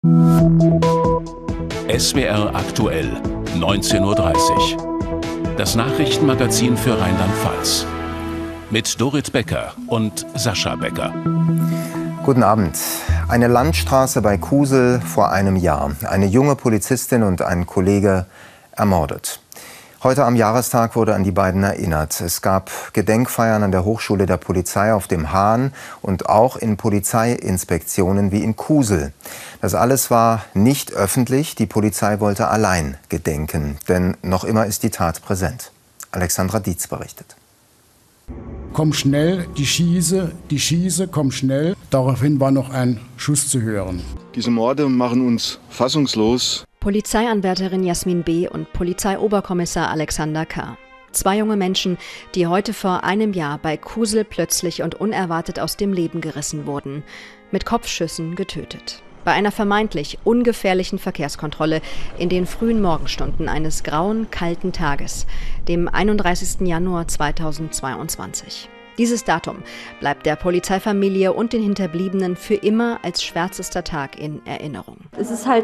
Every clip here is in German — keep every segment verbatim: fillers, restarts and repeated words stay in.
S W R aktuell, neunzehn Uhr dreißig. Das Nachrichtenmagazin für Rheinland-Pfalz. Mit Dorit Becker und Sascha Becker. Guten Abend. Eine Landstraße bei Kusel vor einem Jahr. Eine junge Polizistin und ein Kollege ermordet. Heute am Jahrestag wurde an die beiden erinnert. Es gab Gedenkfeiern an der Hochschule der Polizei auf dem Hahn und auch in Polizeiinspektionen wie in Kusel. Das alles war nicht öffentlich. Die Polizei wollte allein gedenken. Denn noch immer ist die Tat präsent. Alexandra Dietz berichtet. Komm schnell, die schieße, die schieße, komm schnell. Daraufhin war noch ein Schuss zu hören. Diese Morde machen uns fassungslos. Polizeianwärterin Jasmin B. und Polizeioberkommissar Alexander K. Zwei junge Menschen, die heute vor einem Jahr bei Kusel plötzlich und unerwartet aus dem Leben gerissen wurden. Mit Kopfschüssen getötet. Bei einer vermeintlich ungefährlichen Verkehrskontrolle in den frühen Morgenstunden eines grauen, kalten Tages, dem einunddreißigsten Januar zweitausendzweiundzwanzig. Dieses Datum bleibt der Polizeifamilie und den Hinterbliebenen für immer als schwärzester Tag in Erinnerung. Es ist halt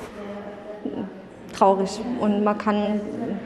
traurig und man kann,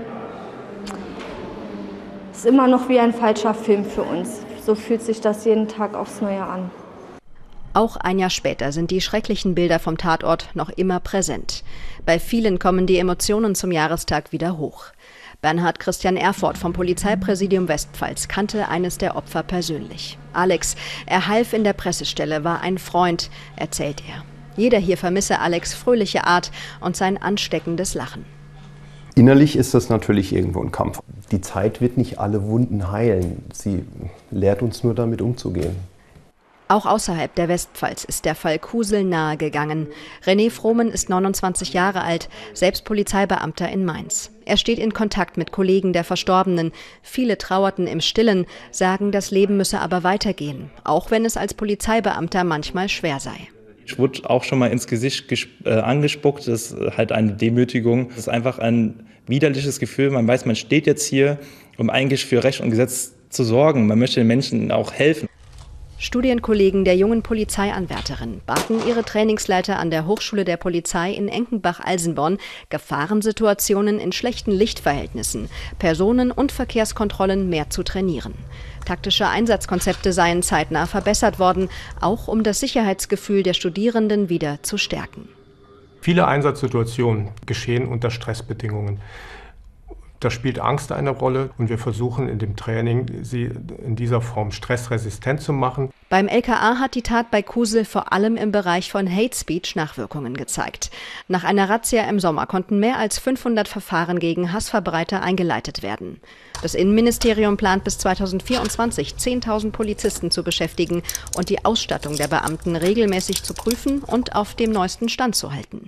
es ist immer noch wie ein falscher Film für uns. So fühlt sich das jeden Tag aufs Neue an. Auch ein Jahr später sind die schrecklichen Bilder vom Tatort noch immer präsent. Bei vielen kommen die Emotionen zum Jahrestag wieder hoch. Bernhard Christian Erfurt vom Polizeipräsidium Westpfalz kannte eines der Opfer persönlich. Alex, er half in der Pressestelle, war ein Freund, erzählt er. Jeder hier vermisse Alex' fröhliche Art und sein ansteckendes Lachen. Innerlich ist das natürlich irgendwo ein Kampf. Die Zeit wird nicht alle Wunden heilen. Sie lehrt uns nur, damit umzugehen. Auch außerhalb der Westpfalz ist der Fall Kusel nahegegangen. René Frohmen ist neunundzwanzig Jahre alt, selbst Polizeibeamter in Mainz. Er steht in Kontakt mit Kollegen der Verstorbenen. Viele trauerten im Stillen, sagen, das Leben müsse aber weitergehen, auch wenn es als Polizeibeamter manchmal schwer sei. Ich wurde auch schon mal ins Gesicht äh, angespuckt. Das ist halt eine Demütigung. Das ist einfach ein widerliches Gefühl. Man weiß, man steht jetzt hier, um eigentlich für Recht und Gesetz zu sorgen. Man möchte den Menschen auch helfen. Studienkollegen der jungen Polizeianwärterin baten ihre Trainingsleiter an der Hochschule der Polizei in Enkenbach-Alsenborn, Gefahrensituationen in schlechten Lichtverhältnissen, Personen- und Verkehrskontrollen mehr zu trainieren. Taktische Einsatzkonzepte seien zeitnah verbessert worden, auch um das Sicherheitsgefühl der Studierenden wieder zu stärken. Viele Einsatzsituationen geschehen unter Stressbedingungen. Da spielt Angst eine Rolle und wir versuchen in dem Training, sie in dieser Form stressresistent zu machen. Beim L K A hat die Tat bei Kusel vor allem im Bereich von Hate Speech Nachwirkungen gezeigt. Nach einer Razzia im Sommer konnten mehr als fünfhundert Verfahren gegen Hassverbreiter eingeleitet werden. Das Innenministerium plant bis zweitausendvierundzwanzig zehntausend Polizisten zu beschäftigen und die Ausstattung der Beamten regelmäßig zu prüfen und auf dem neuesten Stand zu halten.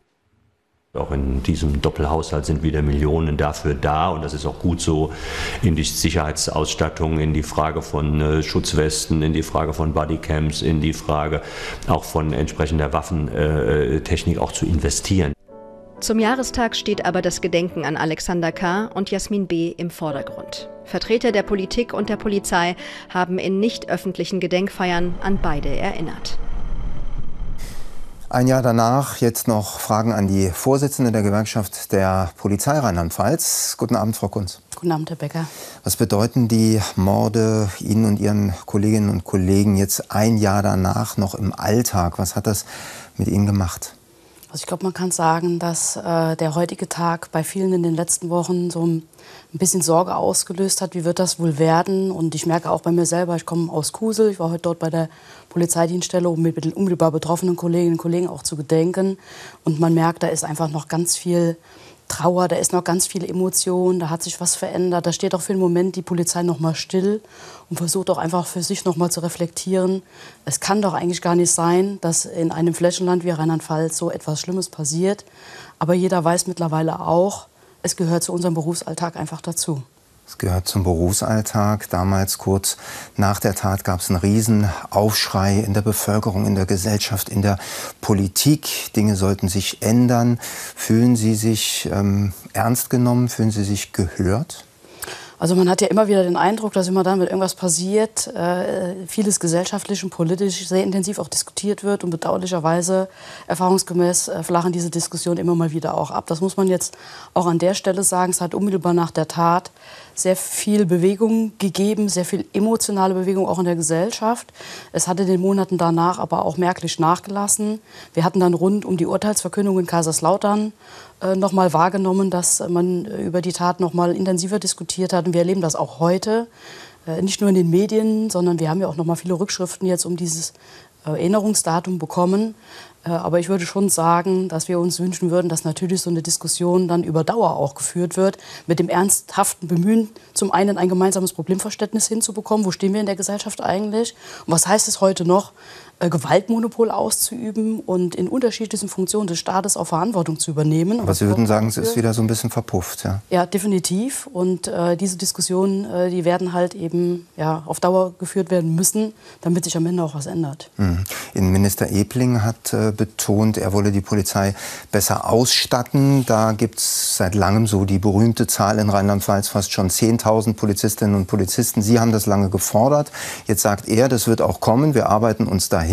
Auch in diesem Doppelhaushalt sind wieder Millionen dafür da und das ist auch gut so, in die Sicherheitsausstattung, in die Frage von äh, Schutzwesten, in die Frage von Bodycams, in die Frage auch von entsprechender Waffentechnik äh, auch zu investieren. Zum Jahrestag steht aber das Gedenken an Alexander K. und Jasmin B. im Vordergrund. Vertreter der Politik und der Polizei haben in nicht öffentlichen Gedenkfeiern an beide erinnert. Ein Jahr danach jetzt noch Fragen an die Vorsitzende der Gewerkschaft der Polizei Rheinland-Pfalz. Guten Abend, Frau Kunz. Guten Abend, Herr Becker. Was bedeuten die Morde Ihnen und Ihren Kolleginnen und Kollegen jetzt ein Jahr danach noch im Alltag? Was hat das mit Ihnen gemacht? Also ich glaube, man kann sagen, dass äh, der heutige Tag bei vielen in den letzten Wochen so ein bisschen Sorge ausgelöst hat. Wie wird das wohl werden? Und ich merke auch bei mir selber, ich komme aus Kusel. Ich war heute dort bei der Polizeidienststelle, um mit den unmittelbar betroffenen Kolleginnen und Kollegen auch zu gedenken. Und man merkt, da ist einfach noch ganz viel Trauer, da ist noch ganz viel Emotion, da hat sich was verändert. Da steht auch für einen Moment die Polizei noch mal still und versucht auch einfach für sich noch mal zu reflektieren. Es kann doch eigentlich gar nicht sein, dass in einem Flächenland wie Rheinland-Pfalz so etwas Schlimmes passiert. Aber jeder weiß mittlerweile auch, es gehört zu unserem Berufsalltag einfach dazu. Es gehört zum Berufsalltag. Damals, kurz nach der Tat, gab es einen Riesenaufschrei in der Bevölkerung, in der Gesellschaft, in der Politik. Dinge sollten sich ändern. Fühlen Sie sich ähm, ernst genommen? Fühlen Sie sich gehört? Also man hat ja immer wieder den Eindruck, dass immer dann, wenn irgendwas passiert, äh, vieles gesellschaftlich und politisch sehr intensiv auch diskutiert wird. Und bedauerlicherweise, erfahrungsgemäß, äh, flachen diese Diskussionen immer mal wieder auch ab. Das muss man jetzt auch an der Stelle sagen. Es hat unmittelbar nach der Tat sehr viel Bewegung gegeben, sehr viel emotionale Bewegung auch in der Gesellschaft. Es hat in den Monaten danach aber auch merklich nachgelassen. Wir hatten dann rund um die Urteilsverkündung in Kaiserslautern äh, noch mal wahrgenommen, dass man über die Tat noch mal intensiver diskutiert hat. Und wir erleben das auch heute, äh, nicht nur in den Medien, sondern wir haben ja auch noch mal viele Rückschriften jetzt um dieses äh, Erinnerungsdatum bekommen. Aber ich würde schon sagen, dass wir uns wünschen würden, dass natürlich so eine Diskussion dann über Dauer auch geführt wird, mit dem ernsthaften Bemühen, zum einen ein gemeinsames Problemverständnis hinzubekommen. Wo stehen wir in der Gesellschaft eigentlich? Und was heißt es heute noch, Gewaltmonopol auszuüben und in unterschiedlichen Funktionen des Staates auch Verantwortung zu übernehmen? Aber Sie würden sagen, es ist wieder so ein bisschen verpufft, ja? Ja, definitiv. Und äh, diese Diskussionen, äh, die werden halt eben ja, auf Dauer geführt werden müssen, damit sich am Ende auch was ändert. Mhm. Innenminister Ebling hat äh, betont, er wolle die Polizei besser ausstatten. Da gibt es seit langem so die berühmte Zahl in Rheinland-Pfalz, fast schon zehntausend Polizistinnen und Polizisten. Sie haben das lange gefordert. Jetzt sagt er, das wird auch kommen. Wir arbeiten uns dahin.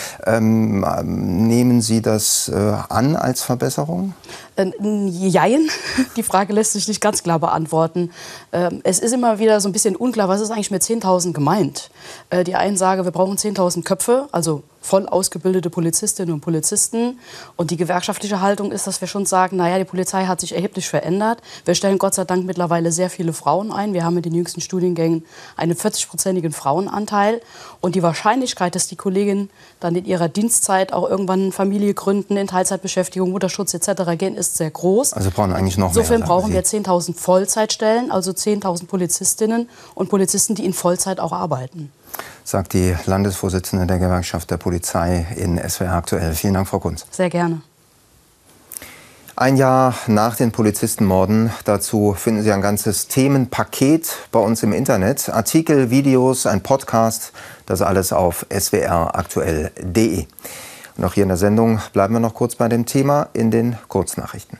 Ähm, nehmen Sie das äh, an als Verbesserung? Äh, jein. Die Frage lässt sich nicht ganz klar beantworten. Ähm, es ist immer wieder so ein bisschen unklar, was ist eigentlich mit zehntausend gemeint? Äh, die einen sagen, wir brauchen zehntausend Köpfe, also voll ausgebildete Polizistinnen und Polizisten. Und die gewerkschaftliche Haltung ist, dass wir schon sagen, naja, die Polizei hat sich erheblich verändert. Wir stellen Gott sei Dank mittlerweile sehr viele Frauen ein. Wir haben in den jüngsten Studiengängen einen vierzig-prozentigen Frauenanteil. Und die Wahrscheinlichkeit, dass die Kolleginnen dann in ihrer Dienstzeit auch irgendwann Familie gründen, in Teilzeitbeschäftigung, Mutterschutz et cetera gehen, ist sehr groß. Also brauchen eigentlich noch mehr. Insofern brauchen wir zehntausend Vollzeitstellen, also zehntausend Polizistinnen und Polizisten, die in Vollzeit auch arbeiten. Sagt die Landesvorsitzende der Gewerkschaft der Polizei in S W R aktuell. Vielen Dank, Frau Kunz. Sehr gerne. Ein Jahr nach den Polizistenmorden. Dazu finden Sie ein ganzes Themenpaket bei uns im Internet. Artikel, Videos, ein Podcast. Das alles auf s w r aktuell punkt d e. Und auch hier in der Sendung bleiben wir noch kurz bei dem Thema in den Kurznachrichten.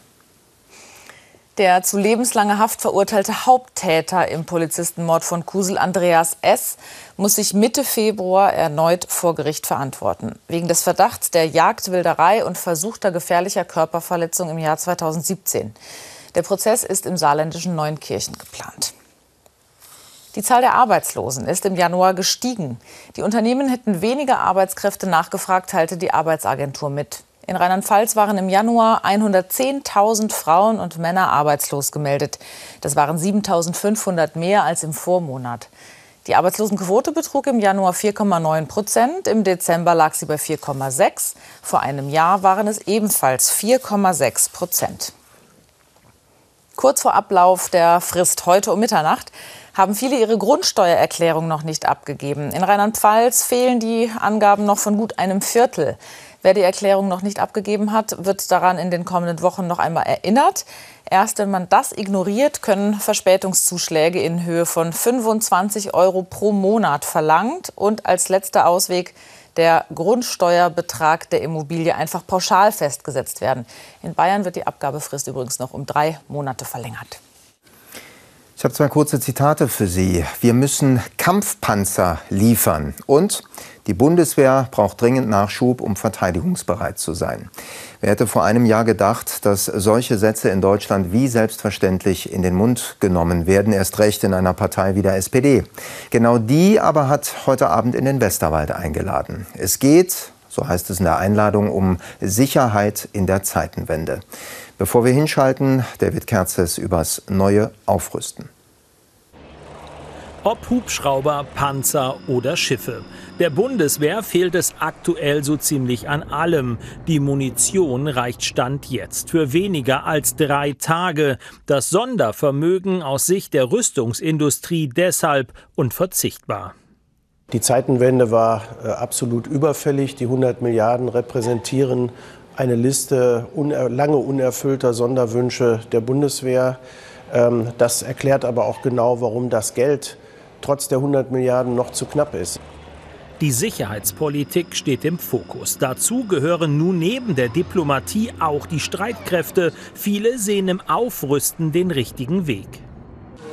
Der zu lebenslanger Haft verurteilte Haupttäter im Polizistenmord von Kusel, Andreas S., muss sich Mitte Februar erneut vor Gericht verantworten. Wegen des Verdachts der Jagdwilderei und versuchter gefährlicher Körperverletzung im Jahr zweitausendsiebzehn. Der Prozess ist im saarländischen Neunkirchen geplant. Die Zahl der Arbeitslosen ist im Januar gestiegen. Die Unternehmen hätten weniger Arbeitskräfte nachgefragt, teilte die Arbeitsagentur mit. In Rheinland-Pfalz waren im Januar hundertzehntausend Frauen und Männer arbeitslos gemeldet. Das waren siebentausendfünfhundert mehr als im Vormonat. Die Arbeitslosenquote betrug im Januar vier Komma neun Prozent, im Dezember lag sie bei vier Komma sechs. Vor einem Jahr waren es ebenfalls vier Komma sechs Prozent. Kurz vor Ablauf der Frist heute um Mitternacht haben viele ihre Grundsteuererklärung noch nicht abgegeben. In Rheinland-Pfalz fehlen die Angaben noch von gut einem Viertel. Wer die Erklärung noch nicht abgegeben hat, wird daran in den kommenden Wochen noch einmal erinnert. Erst wenn man das ignoriert, können Verspätungszuschläge in Höhe von fünfundzwanzig Euro pro Monat verlangt und als letzter Ausweg der Grundsteuerbetrag der Immobilie einfach pauschal festgesetzt werden. In Bayern wird die Abgabefrist übrigens noch um drei Monate verlängert. Ich habe zwei kurze Zitate für Sie. Wir müssen Kampfpanzer liefern und die Bundeswehr braucht dringend Nachschub, um verteidigungsbereit zu sein. Wer hätte vor einem Jahr gedacht, dass solche Sätze in Deutschland wie selbstverständlich in den Mund genommen werden, erst recht in einer Partei wie der S P D. Genau die aber hat heute Abend in den Westerwald eingeladen. Es geht, so heißt es in der Einladung, um Sicherheit in der Zeitenwende. Bevor wir hinschalten, David Kerzes übers neue Aufrüsten. Ob Hubschrauber, Panzer oder Schiffe. Der Bundeswehr fehlt es aktuell so ziemlich an allem. Die Munition reicht Stand jetzt für weniger als drei Tage. Das Sondervermögen aus Sicht der Rüstungsindustrie deshalb unverzichtbar. Die Zeitenwende war äh, absolut überfällig. Die hundert Milliarden repräsentieren eine Liste uner- lange unerfüllter Sonderwünsche der Bundeswehr. Ähm, das erklärt aber auch genau, warum das Geld trotz der hundert Milliarden noch zu knapp ist. Die Sicherheitspolitik steht im Fokus. Dazu gehören nun neben der Diplomatie auch die Streitkräfte. Viele sehen im Aufrüsten den richtigen Weg.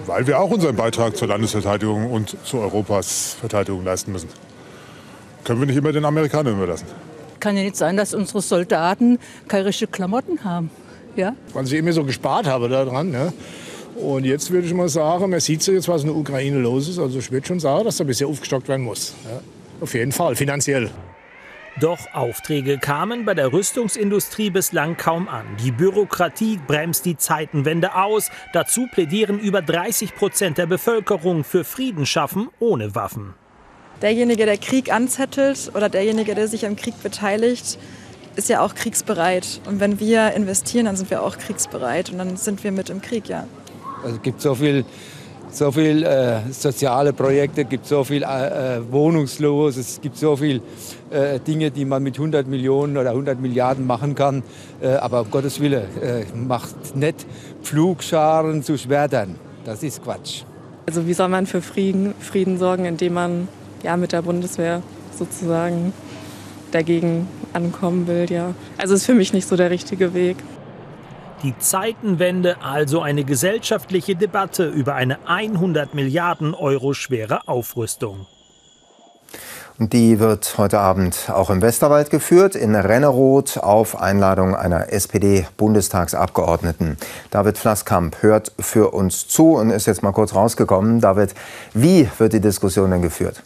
weil wir auch unseren Beitrag zur Landesverteidigung und zu Europas Verteidigung leisten müssen. Können wir nicht immer den Amerikanern überlassen. Kann ja nicht sein, dass unsere Soldaten keine richtigen Klamotten haben. Ja? Weil sie immer so gespart haben daran. Ne? Und jetzt würde ich mal sagen, man sieht so jetzt, was in der Ukraine los ist. Also ich würde schon sagen, dass da ein bisschen aufgestockt werden muss. Ja? Auf jeden Fall, finanziell. Doch Aufträge kamen bei der Rüstungsindustrie bislang kaum an. Die Bürokratie bremst die Zeitenwende aus. Dazu plädieren über dreißig Prozent der Bevölkerung für Frieden schaffen ohne Waffen. Derjenige, der Krieg anzettelt oder derjenige, der sich am Krieg beteiligt, ist ja auch kriegsbereit. Und wenn wir investieren, dann sind wir auch kriegsbereit und dann sind wir mit im Krieg, ja. Also es gibt so viel, so viel äh, soziale Projekte, es gibt so viel äh, Wohnungslos, es gibt so viel äh, Dinge, die man mit hundert Millionen oder hundert Milliarden machen kann. Äh, aber um Gottes Willen, äh, macht nicht Pflugscharen zu Schwertern. Das ist Quatsch. Also wie soll man für Frieden, Frieden sorgen, indem man ja, mit der Bundeswehr sozusagen dagegen ankommen will? Ja. Also ist für mich nicht so der richtige Weg. Die Zeitenwende, also eine gesellschaftliche Debatte über eine hundert Milliarden Euro schwere Aufrüstung. Und die wird heute Abend auch im Westerwald geführt, in Renneroth auf Einladung einer S P D-Bundestagsabgeordneten. David Flasskamp hört für uns zu und ist jetzt mal kurz rausgekommen. David, wie wird die Diskussion denn geführt?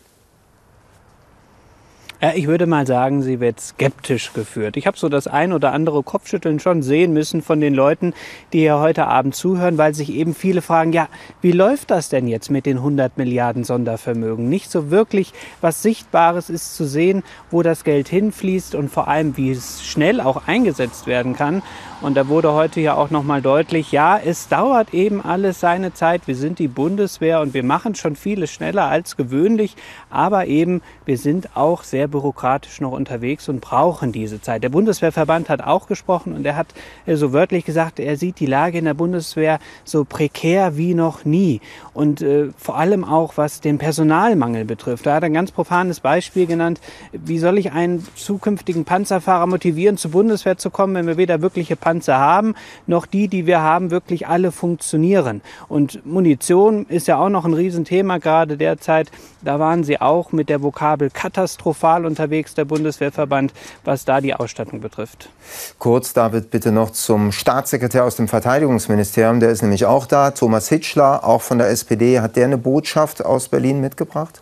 Ich würde mal sagen, sie wird skeptisch geführt. Ich habe so das ein oder andere Kopfschütteln schon sehen müssen von den Leuten, die hier heute Abend zuhören, weil sich eben viele fragen, ja, wie läuft das denn jetzt mit den hundert Milliarden Sondervermögen? Nicht so wirklich was Sichtbares ist zu sehen, wo das Geld hinfließt und vor allem, wie es schnell auch eingesetzt werden kann. Und da wurde heute ja auch noch mal deutlich, ja, es dauert eben alles seine Zeit. Wir sind die Bundeswehr und wir machen schon vieles schneller als gewöhnlich. Aber eben, wir sind auch sehr bürokratisch noch unterwegs und brauchen diese Zeit. Der Bundeswehrverband hat auch gesprochen und er hat so wörtlich gesagt, er sieht die Lage in der Bundeswehr so prekär wie noch nie. Und äh, vor allem auch, was den Personalmangel betrifft. Da hat er ein ganz profanes Beispiel genannt. Wie soll ich einen zukünftigen Panzerfahrer motivieren, zur Bundeswehr zu kommen, wenn wir weder wirkliche Panzer haben, noch die, die wir haben, wirklich alle funktionieren. Und Munition ist ja auch noch ein Riesenthema gerade derzeit. Da waren sie auch mit der Vokabel katastrophal unterwegs, der Bundeswehrverband, was da die Ausstattung betrifft. Kurz, David, bitte noch zum Staatssekretär aus dem Verteidigungsministerium. Der ist nämlich auch da, Thomas Hitschler, auch von der S P D. Hat der eine Botschaft aus Berlin mitgebracht?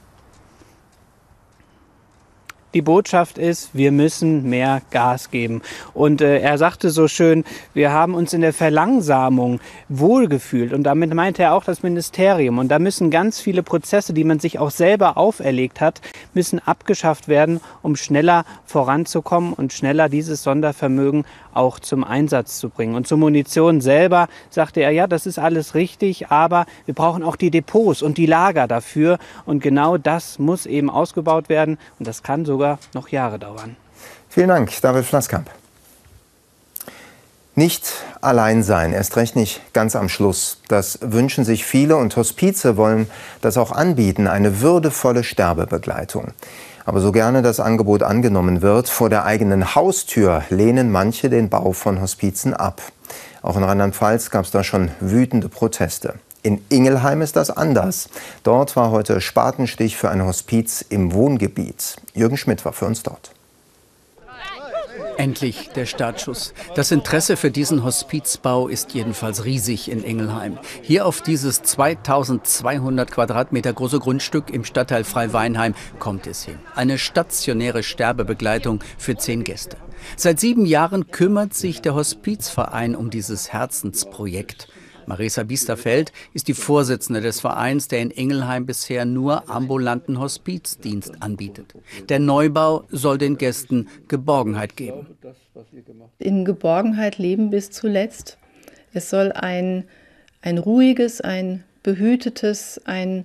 Die Botschaft ist, wir müssen mehr Gas geben. Und äh, er sagte so schön, wir haben uns in der Verlangsamung wohlgefühlt. Und damit meinte er auch das Ministerium. Und da müssen ganz viele Prozesse, die man sich auch selber auferlegt hat, müssen abgeschafft werden, um schneller voranzukommen und schneller dieses Sondervermögen auch zum Einsatz zu bringen. Und zur Munition selber sagte er, ja, das ist alles richtig, aber wir brauchen auch die Depots und die Lager dafür. Und genau das muss eben ausgebaut werden. Und das kann sogar noch Jahre dauern. Vielen Dank, David Flasskamp. Nicht allein sein, erst recht nicht ganz am Schluss. Das wünschen sich viele und Hospize wollen das auch anbieten, eine würdevolle Sterbebegleitung. Aber so gerne das Angebot angenommen wird, vor der eigenen Haustür lehnen manche den Bau von Hospizen ab. Auch in Rheinland-Pfalz gab es da schon wütende Proteste. In Ingelheim ist das anders. Dort war heute Spatenstich für ein Hospiz im Wohngebiet. Jürgen Schmidt war für uns dort. Endlich der Startschuss. Das Interesse für diesen Hospizbau ist jedenfalls riesig in Ingelheim. Hier auf dieses zweitausendzweihundert Quadratmeter große Grundstück im Stadtteil Frei-Weinheim kommt es hin. Eine stationäre Sterbebegleitung für zehn Gäste. Seit sieben Jahren kümmert sich der Hospizverein um dieses Herzensprojekt. Marisa Biesterfeld ist die Vorsitzende des Vereins, der in Ingelheim bisher nur ambulanten Hospizdienst anbietet. Der Neubau soll den Gästen Geborgenheit geben. In Geborgenheit leben bis zuletzt. Es soll ein, ein ruhiges, ein behütetes, ein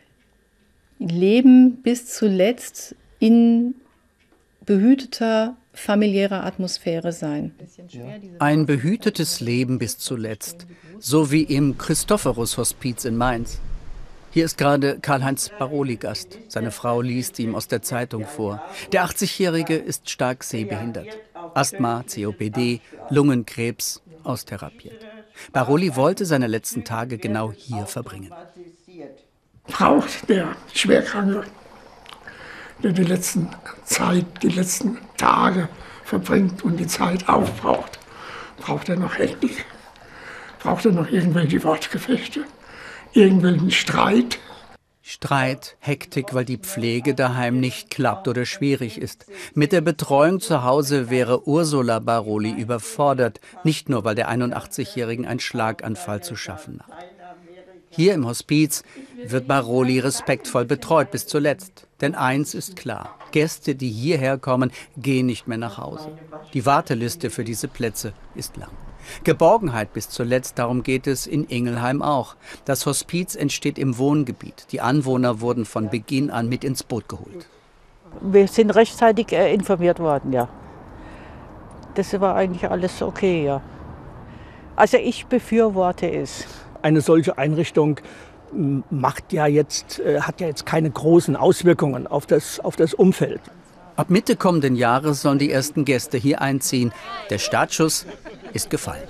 Leben bis zuletzt in behüteter familiärer Atmosphäre sein. Ein behütetes Leben bis zuletzt, so wie im Christophorus-Hospiz in Mainz. Hier ist gerade Karl-Heinz Baroli Gast. Seine Frau liest ihm aus der Zeitung vor. Der achtzigjährige ist stark sehbehindert. Asthma, C O P D, Lungenkrebs, austherapiert. Baroli wollte seine letzten Tage genau hier verbringen. Braucht der Schwerkranke, der die letzten Zeit, die letzten Tage verbringt und die Zeit aufbraucht, braucht er noch Hektik? Braucht er noch irgendwelche Wortgefechte? Irgendwelchen Streit? Streit, Hektik, weil die Pflege daheim nicht klappt oder schwierig ist. Mit der Betreuung zu Hause wäre Ursula Baroli überfordert, nicht nur, weil der einundachtzigjährigen ein Schlaganfall zu schaffen macht. Hier im Hospiz wird Baroli respektvoll betreut bis zuletzt. Denn eins ist klar, Gäste, die hierher kommen, gehen nicht mehr nach Hause. Die Warteliste für diese Plätze ist lang. Geborgenheit bis zuletzt, darum geht es in Ingelheim auch. Das Hospiz entsteht im Wohngebiet. Die Anwohner wurden von Beginn an mit ins Boot geholt. Wir sind rechtzeitig äh, informiert worden, ja. Das war eigentlich alles okay, ja. Also ich befürworte es. Eine solche Einrichtung macht ja jetzt, äh, hat ja jetzt keine großen Auswirkungen auf das, auf das Umfeld. Ab Mitte kommenden Jahres sollen die ersten Gäste hier einziehen. Der Startschuss ist gefallen.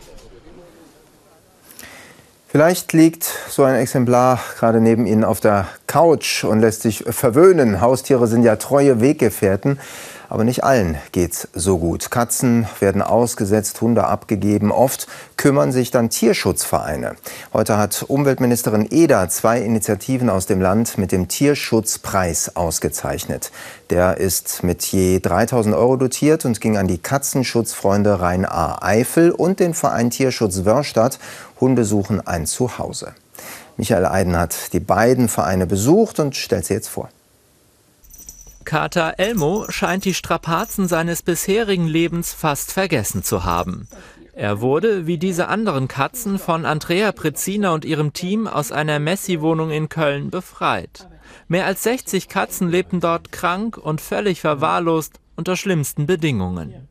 Vielleicht liegt so ein Exemplar gerade neben Ihnen auf der Couch und lässt sich verwöhnen. Haustiere sind ja treue Weggefährten. Aber nicht allen geht's so gut. Katzen werden ausgesetzt, Hunde abgegeben. Oft kümmern sich dann Tierschutzvereine. Heute hat Umweltministerin Eder zwei Initiativen aus dem Land mit dem Tierschutzpreis ausgezeichnet. Der ist mit je dreitausend Euro dotiert und ging an die Katzenschutzfreunde Rhein-Ahr-Eifel und den Verein Tierschutz Wörrstadt. Hunde suchen ein Zuhause. Michael Eiden hat die beiden Vereine besucht und stellt sie jetzt vor. Kater Elmo scheint die Strapazen seines bisherigen Lebens fast vergessen zu haben. Er wurde, wie diese anderen Katzen, von Andrea Prezina und ihrem Team aus einer Messi-Wohnung in Köln befreit. Mehr als sechzig Katzen lebten dort krank und völlig verwahrlost unter schlimmsten Bedingungen.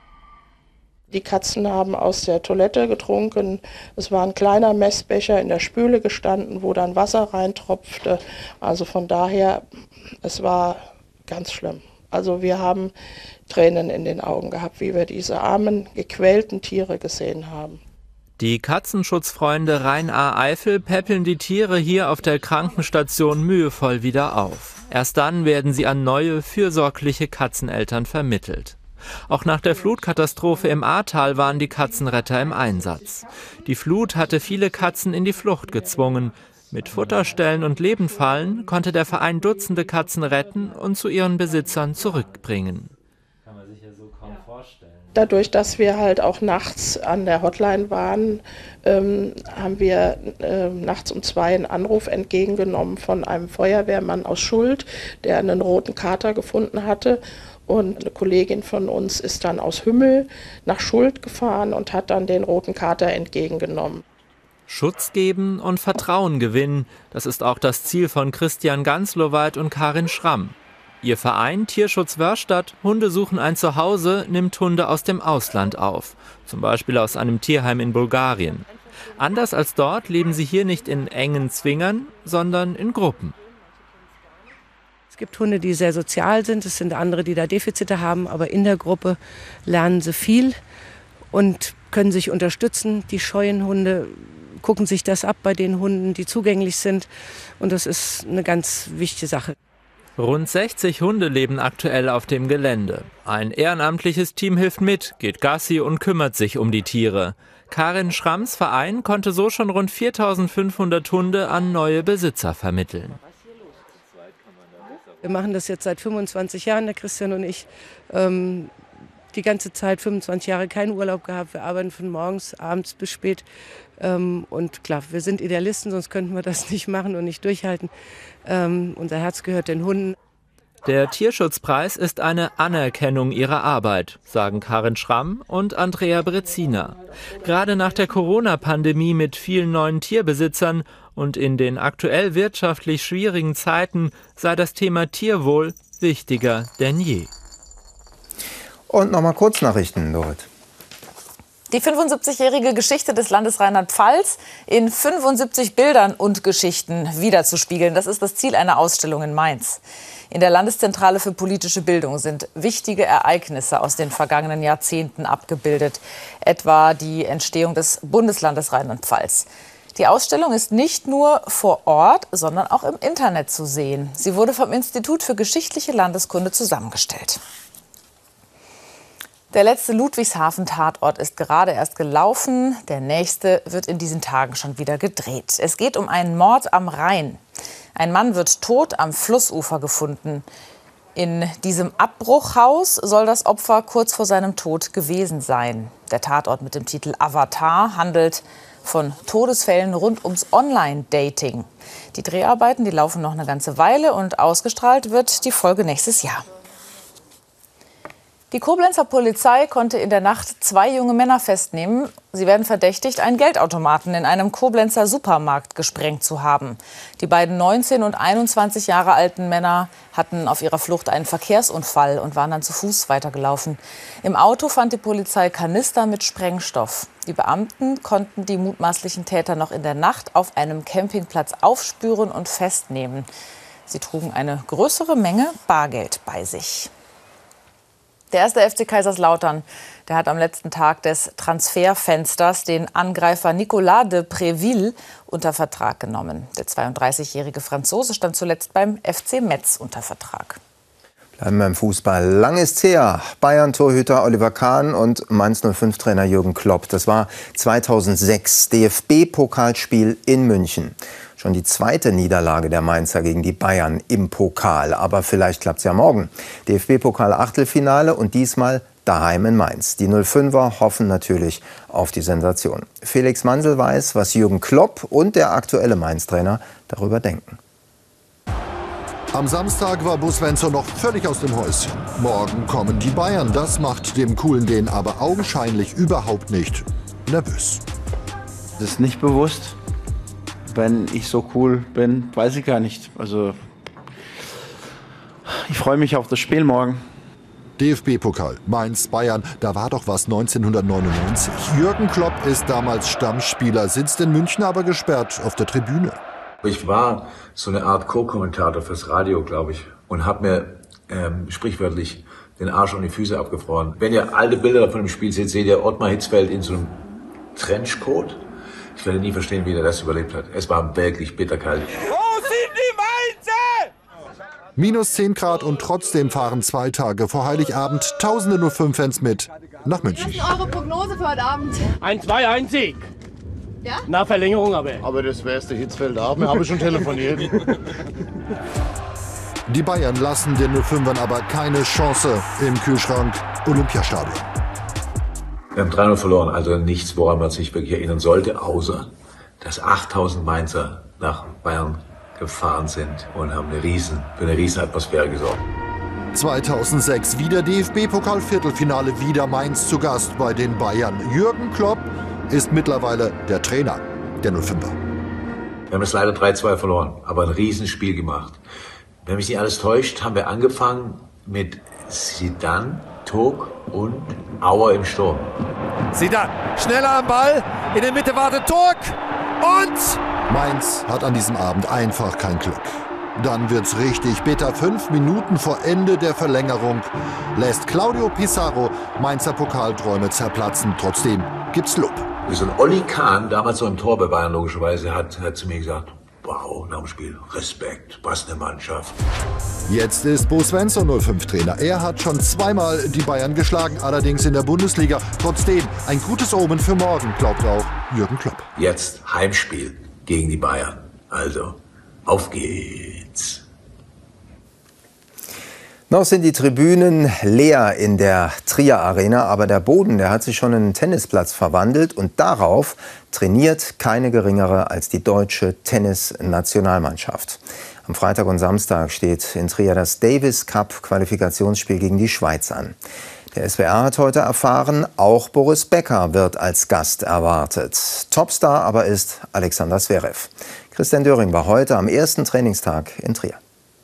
Die Katzen haben aus der Toilette getrunken. Es war ein kleiner Messbecher in der Spüle gestanden, wo dann Wasser reintropfte. Also von daher, es war ganz schlimm. Also wir haben Tränen in den Augen gehabt, wie wir diese armen, gequälten Tiere gesehen haben. Die Katzenschutzfreunde Rhein-Ahr-Eifel päppeln die Tiere hier auf der Krankenstation mühevoll wieder auf. Erst dann werden sie an neue, fürsorgliche Katzeneltern vermittelt. Auch nach der Flutkatastrophe im Ahrtal waren die Katzenretter im Einsatz. Die Flut hatte viele Katzen in die Flucht gezwungen. Mit Futterstellen und Lebendfallen konnte der Verein Dutzende Katzen retten und zu ihren Besitzern zurückbringen. Kann man sich ja so kaum vorstellen. Dadurch, dass wir halt auch nachts an der Hotline waren, ähm, haben wir äh, nachts um zwei einen Anruf entgegengenommen von einem Feuerwehrmann aus Schuld, der einen roten Kater gefunden hatte. Und eine Kollegin von uns ist dann aus Hümmel nach Schuld gefahren und hat dann den roten Kater entgegengenommen. Schutz geben und Vertrauen gewinnen, das ist auch das Ziel von Christian Ganslowait und Karin Schramm. Ihr Verein Tierschutz Wörrstadt, Hunde suchen ein Zuhause, nimmt Hunde aus dem Ausland auf, zum Beispiel aus einem Tierheim in Bulgarien. Anders als dort leben sie hier nicht in engen Zwingern, sondern in Gruppen. Es gibt Hunde, die sehr sozial sind, es sind andere, die da Defizite haben, aber in der Gruppe lernen sie viel und können sich unterstützen. Die scheuen Hunde gucken sich das ab bei den Hunden, die zugänglich sind. Und das ist eine ganz wichtige Sache. Rund sechzig Hunde leben aktuell auf dem Gelände. Ein ehrenamtliches Team hilft mit, geht Gassi und kümmert sich um die Tiere. Karin Schramms Verein konnte so schon rund viertausendfünfhundert Hunde an neue Besitzer vermitteln. Wir machen das jetzt seit fünfundzwanzig Jahren, der Christian und ich. Ähm, die ganze Zeit, fünfundzwanzig Jahre, keinen Urlaub gehabt. Wir arbeiten von morgens, abends bis spät. Ähm, und klar, wir sind Idealisten, sonst könnten wir das nicht machen und nicht durchhalten. Ähm, unser Herz gehört den Hunden. Der Tierschutzpreis ist eine Anerkennung ihrer Arbeit, sagen Karin Schramm und Andrea Brezina. Gerade nach der Corona-Pandemie mit vielen neuen Tierbesitzern und in den aktuell wirtschaftlich schwierigen Zeiten sei das Thema Tierwohl wichtiger denn je. Und nochmal Kurznachrichten, Dorit. Die fünfundsiebzigjährige Geschichte des Landes Rheinland-Pfalz in fünfundsiebzig Bildern und Geschichten wiederzuspiegeln. Das ist das Ziel einer Ausstellung in Mainz. In der Landeszentrale für politische Bildung sind wichtige Ereignisse aus den vergangenen Jahrzehnten abgebildet, etwa die Entstehung des Bundeslandes Rheinland-Pfalz. Die Ausstellung ist nicht nur vor Ort, sondern auch im Internet zu sehen. Sie wurde vom Institut für geschichtliche Landeskunde zusammengestellt. Der letzte Ludwigshafen-Tatort ist gerade erst gelaufen. Der nächste wird in diesen Tagen schon wieder gedreht. Es geht um einen Mord am Rhein. Ein Mann wird tot am Flussufer gefunden. In diesem Abbruchhaus soll das Opfer kurz vor seinem Tod gewesen sein. Der Tatort mit dem Titel Avatar handelt von Todesfällen rund ums Online-Dating. Die Dreharbeiten, die laufen noch eine ganze Weile und ausgestrahlt wird die Folge nächstes Jahr. Die Koblenzer Polizei konnte in der Nacht zwei junge Männer festnehmen. Sie werden verdächtigt, einen Geldautomaten in einem Koblenzer Supermarkt gesprengt zu haben. Die beiden neunzehn und einundzwanzig Jahre alten Männer hatten auf ihrer Flucht einen Verkehrsunfall und waren dann zu Fuß weitergelaufen. Im Auto fand die Polizei Kanister mit Sprengstoff. Die Beamten konnten die mutmaßlichen Täter noch in der Nacht auf einem Campingplatz aufspüren und festnehmen. Sie trugen eine größere Menge Bargeld bei sich. Der erste F C Kaiserslautern, der hat am letzten Tag des Transferfensters den Angreifer Nicolas de Préville unter Vertrag genommen. Der zweiunddreißigjährige Franzose stand zuletzt beim F C Metz unter Vertrag. Bleiben wir im Fußball. Lang ist's her. Bayern-Torhüter Oliver Kahn und Mainz null fünf Trainer Jürgen Klopp. Das war zweitausendsechs, D F B-Pokalspiel in München. Schon die zweite Niederlage der Mainzer gegen die Bayern im Pokal. Aber vielleicht klappt's ja morgen. D F B-Pokal-Achtelfinale und diesmal daheim in Mainz. Die null fünfer hoffen natürlich auf die Sensation. Felix Mansel weiß, was Jürgen Klopp und der aktuelle Mainz-Trainer darüber denken. Am Samstag war Bo Svensson noch völlig aus dem Häuschen. Morgen kommen die Bayern. Das macht dem Coolen den aber augenscheinlich überhaupt nicht nervös. Das ist nicht bewusst. Wenn ich so cool bin, weiß ich gar nicht. Also ich freue mich auf das Spiel morgen. D F B-Pokal, Mainz, Bayern, da war doch was neunzehnhundertneunundneunzig. Jürgen Klopp ist damals Stammspieler, sitzt in München aber gesperrt auf der Tribüne. Ich war so eine Art Co-Kommentator fürs Radio, glaube ich, und habe mir ähm, sprichwörtlich den Arsch und die Füße abgefroren. Wenn ihr alte Bilder von dem Spiel seht, seht ihr Ottmar Hitzfeld in so einem Trenchcoat. Ich werde nie verstehen, wie er das überlebt hat. Es war wirklich bitterkalt. Wo sind die Mainzer? Minus zehn Grad und trotzdem fahren zwei Tage vor Heiligabend tausende null fünf Fans mit nach München. Was ist eure Prognose für heute Abend? Ein zwei eins Sieg. Ja? Na, Verlängerung aber. Aber das wäre der Hitzfeld ab. Wir haben schon telefoniert. Die Bayern lassen den null fünfern aber keine Chance im Kühlschrank Olympiastadion. Wir haben drei null verloren, also nichts, woran man sich wirklich erinnern sollte, außer dass achttausend Mainzer nach Bayern gefahren sind und haben eine riesen, für eine riesen Atmosphäre gesorgt. zweitausendsechs, wieder D F B-Pokal-Viertelfinale, wieder Mainz zu Gast bei den Bayern. Jürgen Klopp ist mittlerweile der Trainer der null fünfer. Wir haben es leider drei zwei verloren, aber ein Riesenspiel gemacht. Wenn mich nicht alles täuscht, haben wir angefangen mit Zidane, Tog und Auer im Sturm. Zidane, schneller am Ball, in der Mitte wartet Tog und Mainz hat an diesem Abend einfach kein Glück. Dann wird's richtig bitter. Fünf Minuten vor Ende der Verlängerung lässt Claudio Pizarro Mainzer Pokalträume zerplatzen. Trotzdem gibt's Lob. So ein Olli Kahn, damals so im Tor bei Bayern logischerweise, hat, hat zu mir gesagt, wow, nach dem Spiel, Respekt, was eine Mannschaft. Jetzt ist Bo Svensson null fünf Trainer. Er hat schon zweimal die Bayern geschlagen, allerdings in der Bundesliga. Trotzdem ein gutes Omen für morgen, glaubt auch Jürgen Klopp. Jetzt Heimspiel gegen die Bayern. Also, auf geht's. Noch sind die Tribünen leer in der Trier Arena, aber der Boden, der hat sich schon in einen Tennisplatz verwandelt und darauf trainiert keine geringere als die deutsche Tennisnationalmannschaft. Am Freitag und Samstag steht in Trier das Davis Cup Qualifikationsspiel gegen die Schweiz an. Der S W R hat heute erfahren, auch Boris Becker wird als Gast erwartet. Topstar aber ist Alexander Zverev. Christian Döring war heute am ersten Trainingstag in Trier.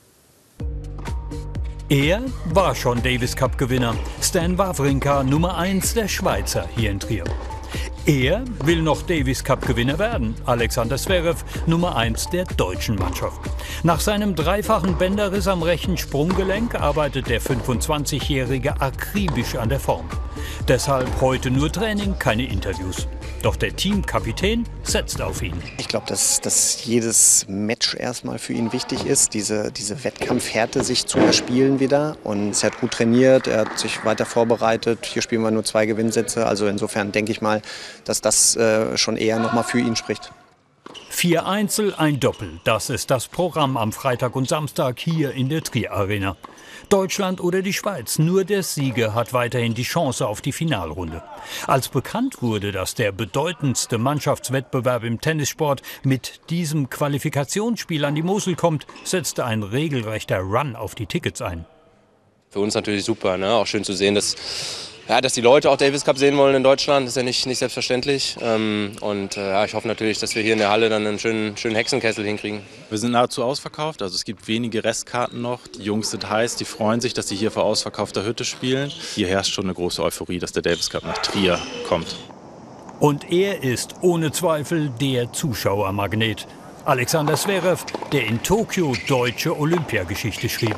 Er war schon Davis Cup Gewinner. Stan Wawrinka, Nummer eins der Schweizer hier in Trier. Er will noch Davis Cup-Gewinner werden. Alexander Zverev, Nummer eins der deutschen Mannschaft. Nach seinem dreifachen Bänderriss am rechten Sprunggelenk arbeitet der fünfundzwanzigjährige akribisch an der Form. Deshalb heute nur Training, keine Interviews. Doch der Teamkapitän setzt auf ihn. Ich glaube, dass, dass jedes Match erstmal für ihn wichtig ist, diese, diese Wettkampfhärte sich zu erspielen wieder. Und er hat gut trainiert, er hat sich weiter vorbereitet. Hier spielen wir nur zwei Gewinnsätze. Also insofern denke ich mal, dass das äh, schon eher noch mal für ihn spricht. Vier Einzel, ein Doppel. Das ist das Programm am Freitag und Samstag hier in der Trier Arena. Deutschland oder die Schweiz, nur der Sieger hat weiterhin die Chance auf die Finalrunde. Als bekannt wurde, dass der bedeutendste Mannschaftswettbewerb im Tennissport mit diesem Qualifikationsspiel an die Mosel kommt, setzte ein regelrechter Run auf die Tickets ein. Für uns natürlich super, ne? Auch schön zu sehen, dass, ja, dass die Leute auch Davis Cup sehen wollen in Deutschland. Das ist ja nicht, nicht selbstverständlich. Ähm, und äh, ja, ich hoffe natürlich, dass wir hier in der Halle dann einen schönen, schönen Hexenkessel hinkriegen. Wir sind nahezu ausverkauft, also es gibt wenige Restkarten noch. Die Jungs sind heiß, die freuen sich, dass sie hier vor ausverkaufter Hütte spielen. Hier herrscht schon eine große Euphorie, dass der Davis Cup nach Trier kommt. Und er ist ohne Zweifel der Zuschauermagnet. Alexander Zverev, der in Tokio deutsche Olympiageschichte schrieb.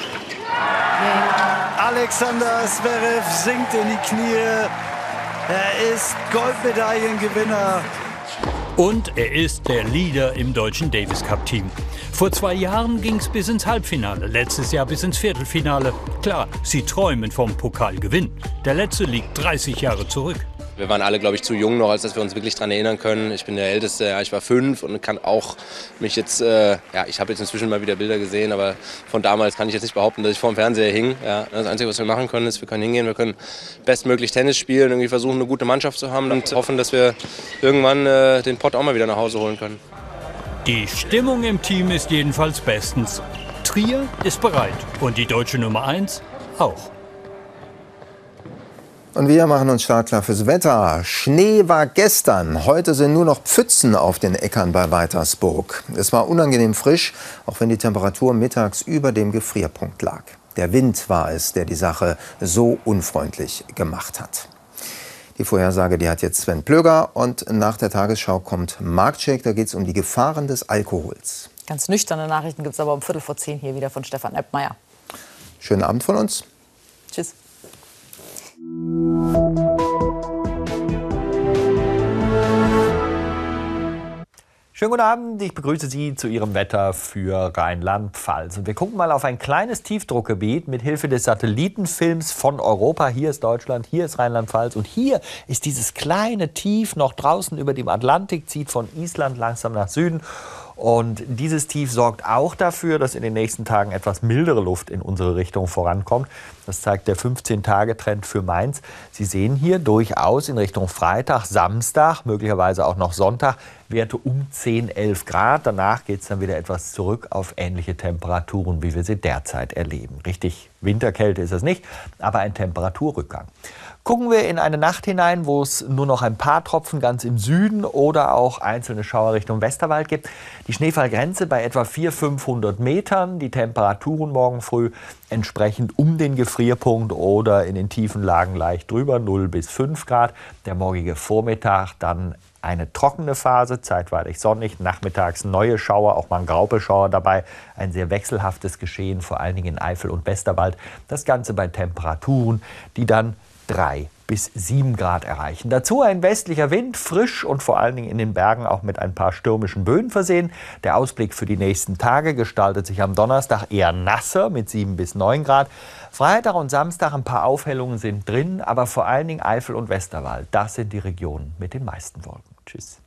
Alexander Zverev sinkt in die Knie. Er ist Goldmedaillengewinner. Und er ist der Leader im deutschen Davis Cup Team. Vor zwei Jahren ging es bis ins Halbfinale, letztes Jahr bis ins Viertelfinale. Klar, sie träumen vom Pokalgewinn. Der letzte liegt dreißig Jahre zurück. Wir waren alle, glaube ich, zu jung noch, als dass wir uns wirklich daran erinnern können. Ich bin der Älteste, ja, ich war fünf und kann auch mich jetzt, äh, ja, ich habe jetzt inzwischen mal wieder Bilder gesehen, aber von damals kann ich jetzt nicht behaupten, dass ich vor dem Fernseher hing. Ja, das Einzige, was wir machen können, ist, wir können hingehen, wir können bestmöglich Tennis spielen, irgendwie versuchen, eine gute Mannschaft zu haben und hoffen, dass wir irgendwann äh, den Pott auch mal wieder nach Hause holen können. Die Stimmung im Team ist jedenfalls bestens. Trier ist bereit und die deutsche Nummer eins auch. Und wir machen uns startklar fürs Wetter. Schnee war gestern. Heute sind nur noch Pfützen auf den Äckern bei Weitersburg. Es war unangenehm frisch, auch wenn die Temperatur mittags über dem Gefrierpunkt lag. Der Wind war es, der die Sache so unfreundlich gemacht hat. Die Vorhersage, die hat jetzt Sven Plöger. Und nach der Tagesschau kommt Marktcheck. Da geht es um die Gefahren des Alkohols. Ganz nüchterne Nachrichten gibt es aber um Viertel vor zehn hier wieder von Stefan Eppmeier. Schönen Abend von uns. Tschüss. Schönen guten Abend, ich begrüße Sie zu Ihrem Wetter für Rheinland-Pfalz. Und wir gucken mal auf ein kleines Tiefdruckgebiet mit Hilfe des Satellitenfilms von Europa. Hier ist Deutschland, hier ist Rheinland-Pfalz und hier ist dieses kleine Tief noch draußen über dem Atlantik, zieht von Island langsam nach Süden. Und dieses Tief sorgt auch dafür, dass in den nächsten Tagen etwas mildere Luft in unsere Richtung vorankommt. Das zeigt der fünfzehn-Tage-Trend für Mainz. Sie sehen hier durchaus in Richtung Freitag, Samstag, möglicherweise auch noch Sonntag, Werte um zehn, elf Grad. Danach geht es dann wieder etwas zurück auf ähnliche Temperaturen, wie wir sie derzeit erleben. Richtig Winterkälte ist es nicht, aber ein Temperaturrückgang. Gucken wir in eine Nacht hinein, wo es nur noch ein paar Tropfen ganz im Süden oder auch einzelne Schauer Richtung Westerwald gibt. Die Schneefallgrenze bei etwa vierhundert, fünfhundert Metern. Die Temperaturen morgen früh entsprechend um den Gefrierpunkt oder in den tiefen Lagen leicht drüber, null bis fünf Grad. Der morgige Vormittag dann eine trockene Phase, zeitweilig sonnig, nachmittags neue Schauer, auch mal ein Graupelschauer dabei. Ein sehr wechselhaftes Geschehen, vor allen Dingen in Eifel und Westerwald. Das Ganze bei Temperaturen, die dann drei bis sieben Grad erreichen. Dazu ein westlicher Wind, frisch und vor allen Dingen in den Bergen auch mit ein paar stürmischen Böen versehen. Der Ausblick für die nächsten Tage gestaltet sich am Donnerstag eher nasser mit sieben bis neun Grad. Freitag und Samstag ein paar Aufhellungen sind drin, aber vor allen Dingen Eifel und Westerwald. Das sind die Regionen mit den meisten Wolken. Tschüss.